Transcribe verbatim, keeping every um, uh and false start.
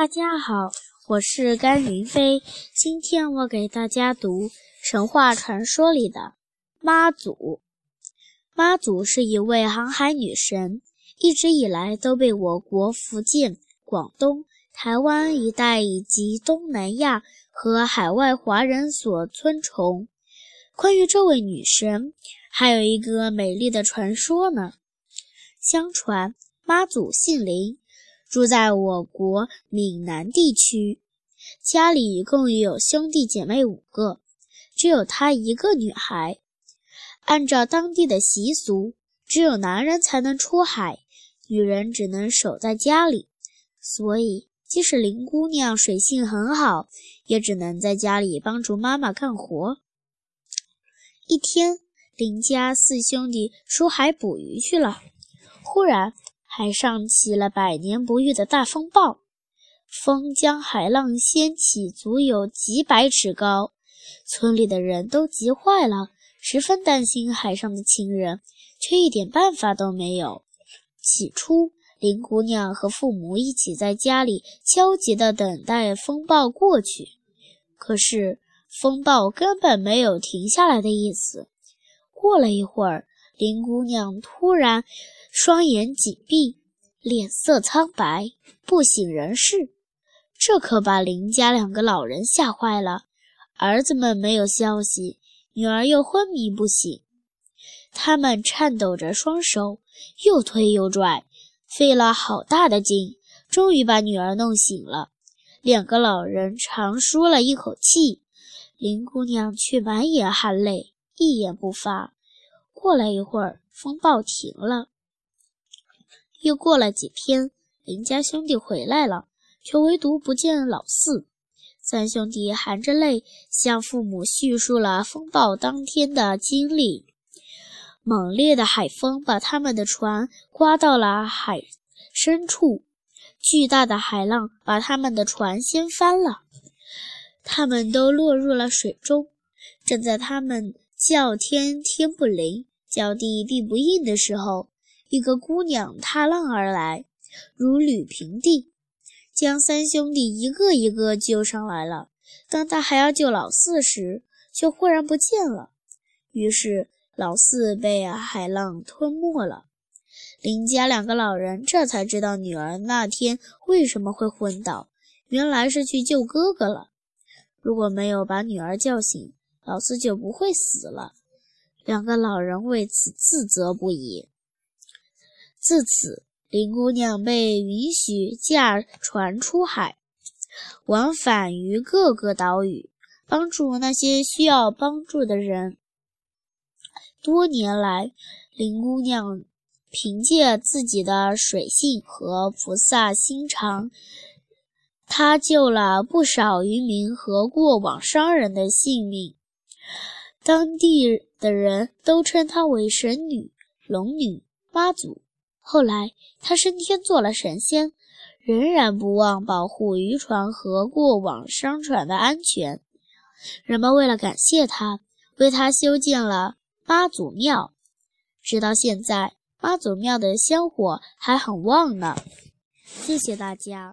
大家好，我是甘云飞。今天我给大家读神话传说里的妈祖。妈祖是一位航海女神，一直以来都被我国福建、广东、台湾一带以及东南亚和海外华人所尊崇。关于这位女神，还有一个美丽的传说呢。相传妈祖姓林，住在我国闽南地区，家里共有兄弟姐妹五个，只有她一个女孩。按照当地的习俗，只有男人才能出海，女人只能守在家里，所以即使林姑娘水性很好，也只能在家里帮助妈妈干活。一天，林家四兄弟出海捕鱼去了，忽然海上起了百年不遇的大风暴，风将海浪掀起足有几百尺高，村里的人都急坏了，十分担心海上的亲人，却一点办法都没有。起初，林姑娘和父母一起在家里焦急地等待风暴过去，可是风暴根本没有停下来的意思。过了一会儿，林姑娘突然双眼紧闭，脸色苍白，不省人事。这可把林家两个老人吓坏了，儿子们没有消息，女儿又昏迷不醒。他们颤抖着双手，又推又拽，费了好大的劲，终于把女儿弄醒了。两个老人长舒了一口气，林姑娘却满眼含泪，一言不发。过了一会儿，风暴停了。又过了几天，林家兄弟回来了，却唯独不见老四。三兄弟含着泪向父母叙述了风暴当天的经历。猛烈的海风把他们的船刮到了海深处，巨大的海浪把他们的船掀翻了，他们都落入了水中。正在他们叫天天不灵，叫地地不应的时候，一个姑娘踏浪而来，如履平地，将三兄弟一个一个救上来了。当他还要救老四时，却忽然不见了。于是老四被海浪吞没了。林家两个老人这才知道女儿那天为什么会昏倒，原来是去救哥哥了。如果没有把女儿叫醒，老四就不会死了。两个老人为此自责不已。自此，林姑娘被允许驾船出海，往返于各个岛屿，帮助那些需要帮助的人。多年来，林姑娘凭借自己的水性和菩萨心肠，她救了不少渔民和过往商人的性命。当地的人都称她为神女、龙女、妈祖。后来她升天做了神仙，仍然不忘保护渔船和过往商船的安全。人们为了感谢她，为她修建了妈祖庙，直到现在妈祖庙的香火还很旺呢。谢谢大家。